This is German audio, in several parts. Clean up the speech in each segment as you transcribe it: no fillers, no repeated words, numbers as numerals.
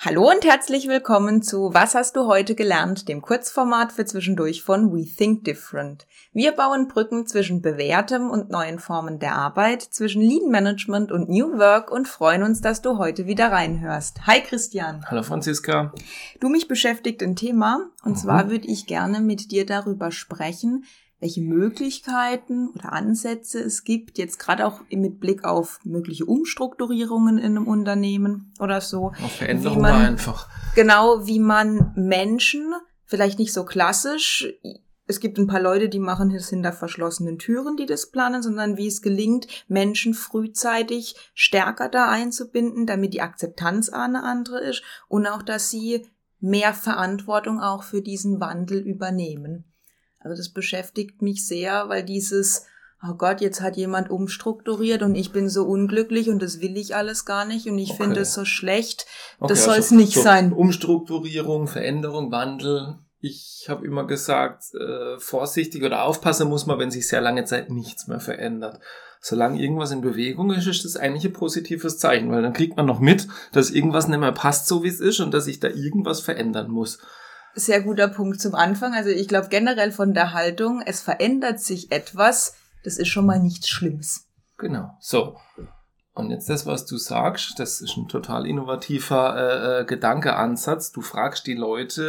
Hallo und herzlich willkommen zu Was hast du heute gelernt, dem Kurzformat für zwischendurch von We Think Different. Wir bauen Brücken zwischen bewährtem und neuen Formen der Arbeit, zwischen Lean Management und New Work und freuen uns, dass du heute wieder reinhörst. Hi Christian. Hallo Franziska. Du, mich beschäftigt ein Thema und zwar würde ich gerne mit dir darüber sprechen, welche Möglichkeiten oder Ansätze es gibt, jetzt gerade auch mit Blick auf mögliche Umstrukturierungen in einem Unternehmen oder so. Auf Veränderungen einfach. Genau, wie man Menschen, vielleicht nicht so klassisch, es gibt ein paar Leute, die machen es hinter verschlossenen Türen, die das planen, sondern wie es gelingt, Menschen frühzeitig stärker da einzubinden, damit die Akzeptanz eine andere ist und auch, dass sie mehr Verantwortung auch für diesen Wandel übernehmen. Also das beschäftigt mich sehr, weil dieses, oh Gott, jetzt hat jemand umstrukturiert und ich bin so unglücklich und das will ich alles gar nicht und ich finde es so schlecht, das soll es nicht sein. Umstrukturierung, Veränderung, Wandel. Ich habe immer gesagt, vorsichtig oder aufpassen muss man, wenn sich sehr lange Zeit nichts mehr verändert. Solange irgendwas in Bewegung ist, ist das eigentlich ein positives Zeichen, weil dann kriegt man noch mit, dass irgendwas nicht mehr passt, so wie es ist und dass sich da irgendwas verändern muss. Sehr guter Punkt zum Anfang. Also ich glaube generell von der Haltung, es verändert sich etwas, das ist schon mal nichts Schlimmes. Genau, so. Und jetzt das, was du sagst, das ist ein total innovativer Gedankeansatz. Du fragst die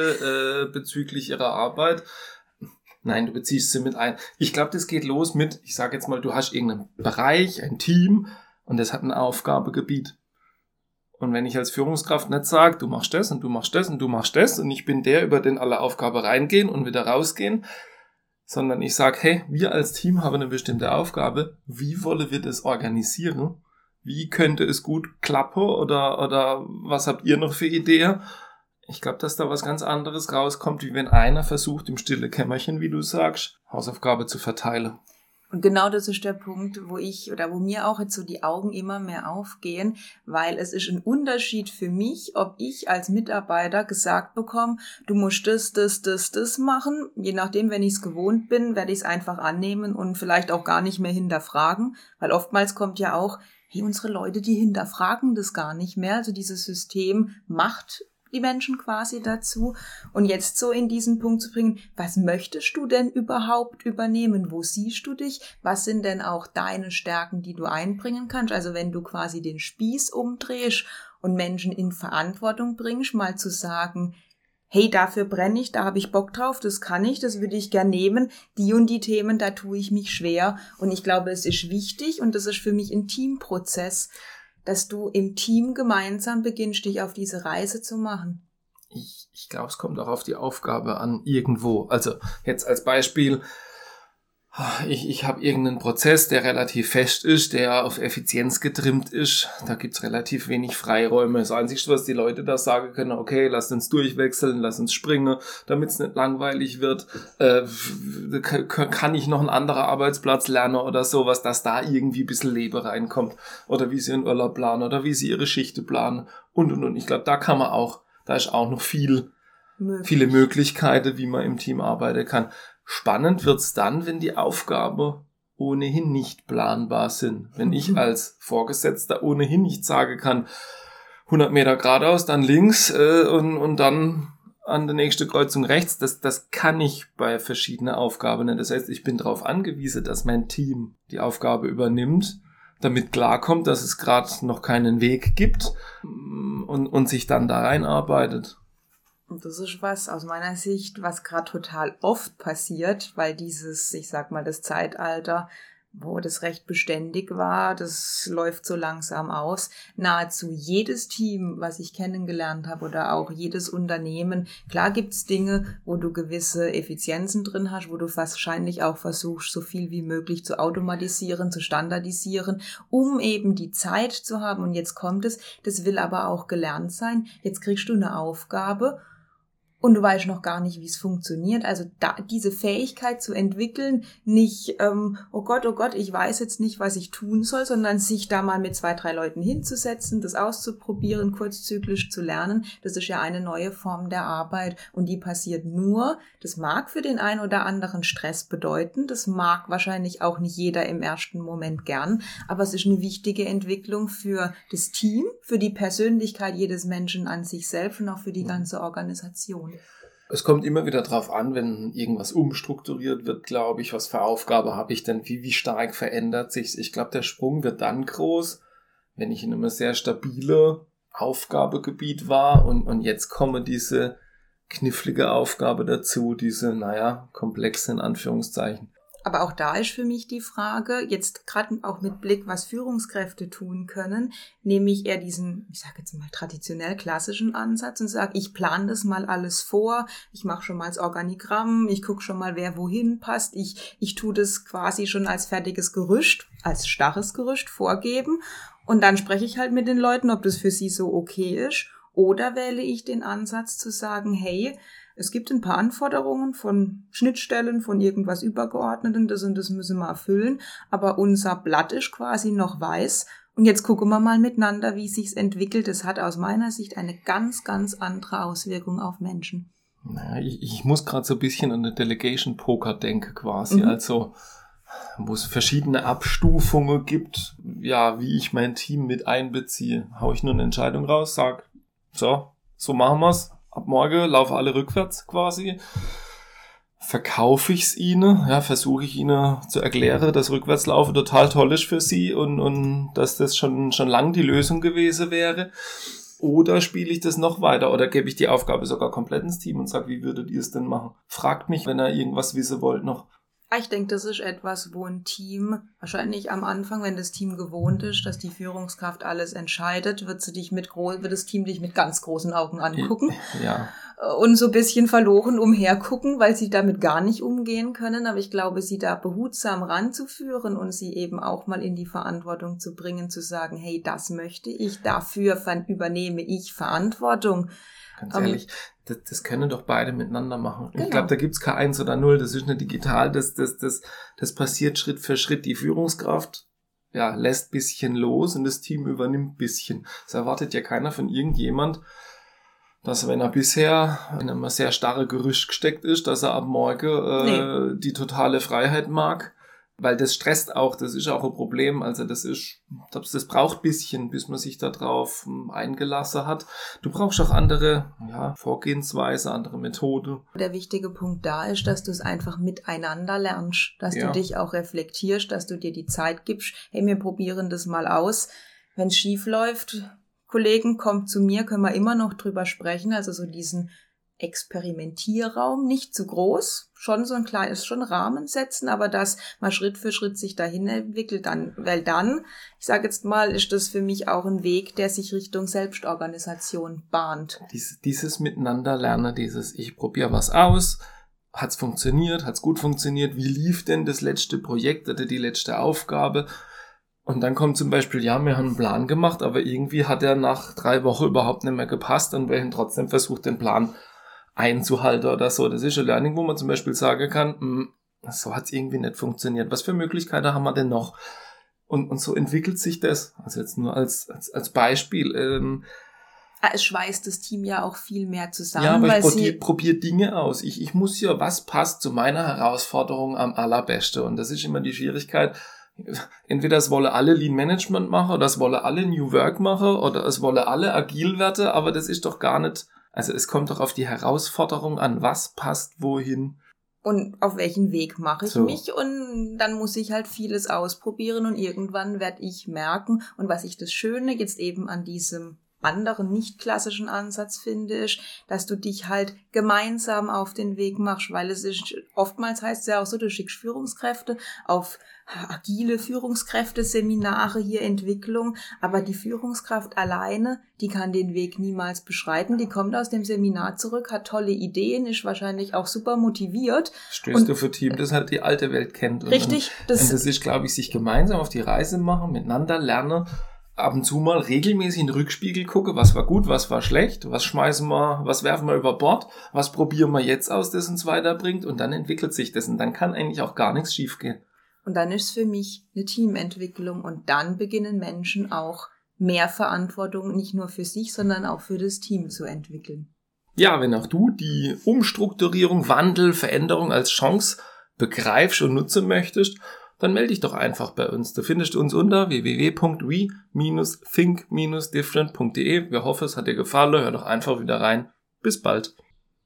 Leute bezüglich ihrer Arbeit. Nein, du beziehst sie mit ein. Ich glaube, das geht los mit, ich sage jetzt mal, du hast irgendeinen Bereich, ein Team und das hat ein Aufgabegebiet. Und wenn ich als Führungskraft nicht sage, du machst das und du machst das und du machst das und ich bin der, über den alle Aufgaben reingehen und wieder rausgehen, sondern ich sage, hey, wir als Team haben eine bestimmte Aufgabe, wie wollen wir das organisieren? Wie könnte es gut klappen oder was habt ihr noch für Ideen? Ich glaube, dass da was ganz anderes rauskommt, wie wenn einer versucht, im stillen Kämmerchen, wie du sagst, Hausaufgabe zu verteilen. Und genau das ist der Punkt, wo mir auch jetzt so die Augen immer mehr aufgehen, weil es ist ein Unterschied für mich, ob ich als Mitarbeiter gesagt bekomme, du musst das machen. Je nachdem, wenn ich es gewohnt bin, werde ich es einfach annehmen und vielleicht auch gar nicht mehr hinterfragen, weil oftmals kommt ja auch, hey, unsere Leute, die hinterfragen das gar nicht mehr. Also dieses System macht die Menschen quasi dazu. Und jetzt so in diesen Punkt zu bringen, was möchtest du denn überhaupt übernehmen? Wo siehst du dich? Was sind denn auch deine Stärken, die du einbringen kannst? Also wenn du quasi den Spieß umdrehst und Menschen in Verantwortung bringst, mal zu sagen, hey, dafür brenne ich, da habe ich Bock drauf, das kann ich, das würde ich gern nehmen, die und die Themen, da tue ich mich schwer. Und ich glaube, es ist wichtig und das ist für mich ein Teamprozess, dass du im Team gemeinsam beginnst, dich auf diese Reise zu machen. Ich glaube, es kommt auch auf die Aufgabe an, irgendwo. Also jetzt als Beispiel, ich habe irgendeinen Prozess, der relativ fest ist, der auf Effizienz getrimmt ist. Da gibt's relativ wenig Freiräume. Das Einzige, was die Leute da sagen können, okay, lasst uns durchwechseln, lasst uns springen, damit es nicht langweilig wird. Kann ich noch einen anderen Arbeitsplatz lernen oder sowas, dass da irgendwie ein bisschen Leben reinkommt. Oder wie sie ihren Urlaub planen oder wie sie ihre Schichten planen und. Ich glaube, da ist auch noch viele Möglichkeiten, wie man im Team arbeiten kann. Spannend wird's dann, wenn die Aufgaben ohnehin nicht planbar sind. Wenn ich als Vorgesetzter ohnehin nicht sagen kann, 100 Meter geradeaus, dann links und dann an der nächsten Kreuzung rechts. Das kann ich bei verschiedenen Aufgaben nicht. Das heißt, ich bin darauf angewiesen, dass mein Team die Aufgabe übernimmt, damit klarkommt, dass es gerade noch keinen Weg gibt und sich dann da reinarbeitet. Und das ist was aus meiner Sicht, was gerade total oft passiert, weil das Zeitalter, wo das recht beständig war, das läuft so langsam aus. Nahezu jedes Team, was ich kennengelernt habe oder auch jedes Unternehmen, klar gibt's Dinge, wo du gewisse Effizienzen drin hast, wo du wahrscheinlich auch versuchst, so viel wie möglich zu automatisieren, zu standardisieren, um eben die Zeit zu haben. Und jetzt kommt es, das will aber auch gelernt sein. Jetzt kriegst du eine Aufgabe und du weißt noch gar nicht, wie es funktioniert. Also diese Fähigkeit zu entwickeln, nicht, oh Gott, ich weiß jetzt nicht, was ich tun soll, sondern sich da mal mit 2, 3 Leuten hinzusetzen, das auszuprobieren, kurzzyklisch zu lernen, das ist ja eine neue Form der Arbeit und die passiert nur, das mag für den einen oder anderen Stress bedeuten, das mag wahrscheinlich auch nicht jeder im ersten Moment gern, aber es ist eine wichtige Entwicklung für das Team, für die Persönlichkeit jedes Menschen an sich selbst und auch für die ganze Organisation. Es kommt immer wieder drauf an, wenn irgendwas umstrukturiert wird, glaube ich, was für Aufgabe habe ich denn, wie stark verändert sich's. Ich glaube, der Sprung wird dann groß, wenn ich in einem sehr stabile Aufgabegebiet war und jetzt komme diese knifflige Aufgabe dazu, diese, komplexe in Anführungszeichen. Aber auch da ist für mich die Frage, jetzt gerade auch mit Blick, was Führungskräfte tun können, nehme ich eher diesen, ich sage jetzt mal traditionell klassischen Ansatz und sage, ich plane das mal alles vor, ich mache schon mal das Organigramm, ich gucke schon mal, wer wohin passt, ich tue das quasi schon als fertiges Gerüst, als starres Gerüst vorgeben und dann spreche ich halt mit den Leuten, ob das für sie so okay ist, oder wähle ich den Ansatz zu sagen, hey, es gibt ein paar Anforderungen von Schnittstellen, von irgendwas Übergeordneten, das und das müssen wir erfüllen, aber unser Blatt ist quasi noch weiß und jetzt gucken wir mal miteinander, wie es sich entwickelt. Das hat aus meiner Sicht eine ganz, ganz andere Auswirkung auf Menschen. Ich muss gerade so ein bisschen an den Delegation-Poker denken quasi, also wo es verschiedene Abstufungen gibt, wie ich mein Team mit einbeziehe. Hau ich nur eine Entscheidung raus, sag, so machen wir's. Ab morgen laufen alle rückwärts quasi. Verkaufe ich es ihnen, versuche ich ihnen zu erklären, dass Rückwärtslaufen total toll ist für sie und dass das schon lang die Lösung gewesen wäre. Oder spiele ich das noch weiter oder gebe ich die Aufgabe sogar komplett ins Team und sage, wie würdet ihr es denn machen? Fragt mich, wenn ihr irgendwas wissen wollt noch. Ich denke, das ist etwas, wo ein Team, wahrscheinlich am Anfang, wenn das Team gewohnt ist, dass die Führungskraft alles entscheidet, wird das Team dich mit ganz großen Augen angucken. Ja. Und so ein bisschen verloren umhergucken, weil sie damit gar nicht umgehen können. Aber ich glaube, sie da behutsam ranzuführen und sie eben auch mal in die Verantwortung zu bringen, zu sagen, hey, das möchte ich, dafür übernehme ich Verantwortung. Ganz ehrlich, das können doch beide miteinander machen. Genau. Ich glaube, da gibt's kein 1 oder 0, das ist nicht digital, das passiert Schritt für Schritt. Die Führungskraft lässt bisschen los und das Team übernimmt bisschen. Es erwartet ja keiner von irgendjemand, dass wenn er bisher in einem sehr starren Gerüst gesteckt ist, dass er ab morgen die totale Freiheit mag. Weil das stresst auch, das ist auch ein Problem. Also das braucht ein bisschen, bis man sich da drauf eingelassen hat. Du brauchst auch andere Vorgehensweise, andere Methode. Der wichtige Punkt da ist, dass du es einfach miteinander lernst, dass du dich auch reflektierst, dass du dir die Zeit gibst. Hey, wir probieren das mal aus. Wenn es schief läuft, Kollegen, kommt zu mir, können wir immer noch drüber sprechen. Also so diesen Experimentierraum, nicht zu groß, schon so ein kleines, schon Rahmen setzen, aber dass man Schritt für Schritt sich dahin entwickelt, weil dann, ich sage jetzt mal, ist das für mich auch ein Weg, der sich Richtung Selbstorganisation bahnt. Dieses Miteinander-Lernen, ich probiere was aus, hat's funktioniert, hat's gut funktioniert, wie lief denn das letzte Projekt oder die letzte Aufgabe? Und dann kommt zum Beispiel, wir haben einen Plan gemacht, aber irgendwie hat er nach 3 Wochen überhaupt nicht mehr gepasst und wir haben trotzdem versucht, den Plan einzuhalten oder so. Das ist ein Learning, wo man zum Beispiel sagen kann, so hat's irgendwie nicht funktioniert. Was für Möglichkeiten haben wir denn noch? Und so entwickelt sich das. Also jetzt nur als Beispiel. Es schweißt das Team ja auch viel mehr zusammen. Ja, aber ich probiere Dinge aus. Ich muss ja, was passt zu meiner Herausforderung am allerbesten. Und das ist immer die Schwierigkeit. Entweder es wollen alle Lean Management machen oder es wollen alle New Work machen oder es wollen alle agil werden, aber das ist doch gar nicht. Also es kommt doch auf die Herausforderung an, was passt wohin. Und auf welchen Weg mache ich mich und dann muss ich halt vieles ausprobieren und irgendwann werde ich merken und was ich das Schöne jetzt eben an diesem anderen nicht klassischen Ansatz finde, ist, dass du dich halt gemeinsam auf den Weg machst, weil es ist, oftmals heißt es ja auch so, du schickst Führungskräfte auf agile Führungskräfte-Seminare, hier Entwicklung, aber die Führungskraft alleine, die kann den Weg niemals beschreiten, die kommt aus dem Seminar zurück, hat tolle Ideen, ist wahrscheinlich auch super motiviert. Stößt du für Team, das halt die alte Welt kennt. Richtig. Und das ist, glaube ich, sich gemeinsam auf die Reise machen, miteinander lernen, ab und zu mal regelmäßig in den Rückspiegel gucke, was war gut, was war schlecht, was werfen wir über Bord, was probieren wir jetzt aus, das uns weiterbringt, und dann entwickelt sich das und dann kann eigentlich auch gar nichts schiefgehen. Und dann ist es für mich eine Teamentwicklung und dann beginnen Menschen auch mehr Verantwortung nicht nur für sich, sondern auch für das Team zu entwickeln. Ja, wenn auch du die Umstrukturierung, Wandel, Veränderung als Chance begreifst und nutzen möchtest, dann melde dich doch einfach bei uns. Du findest uns unter www.we-think-different.de. Wir hoffen, es hat dir gefallen. Hör doch einfach wieder rein. Bis bald.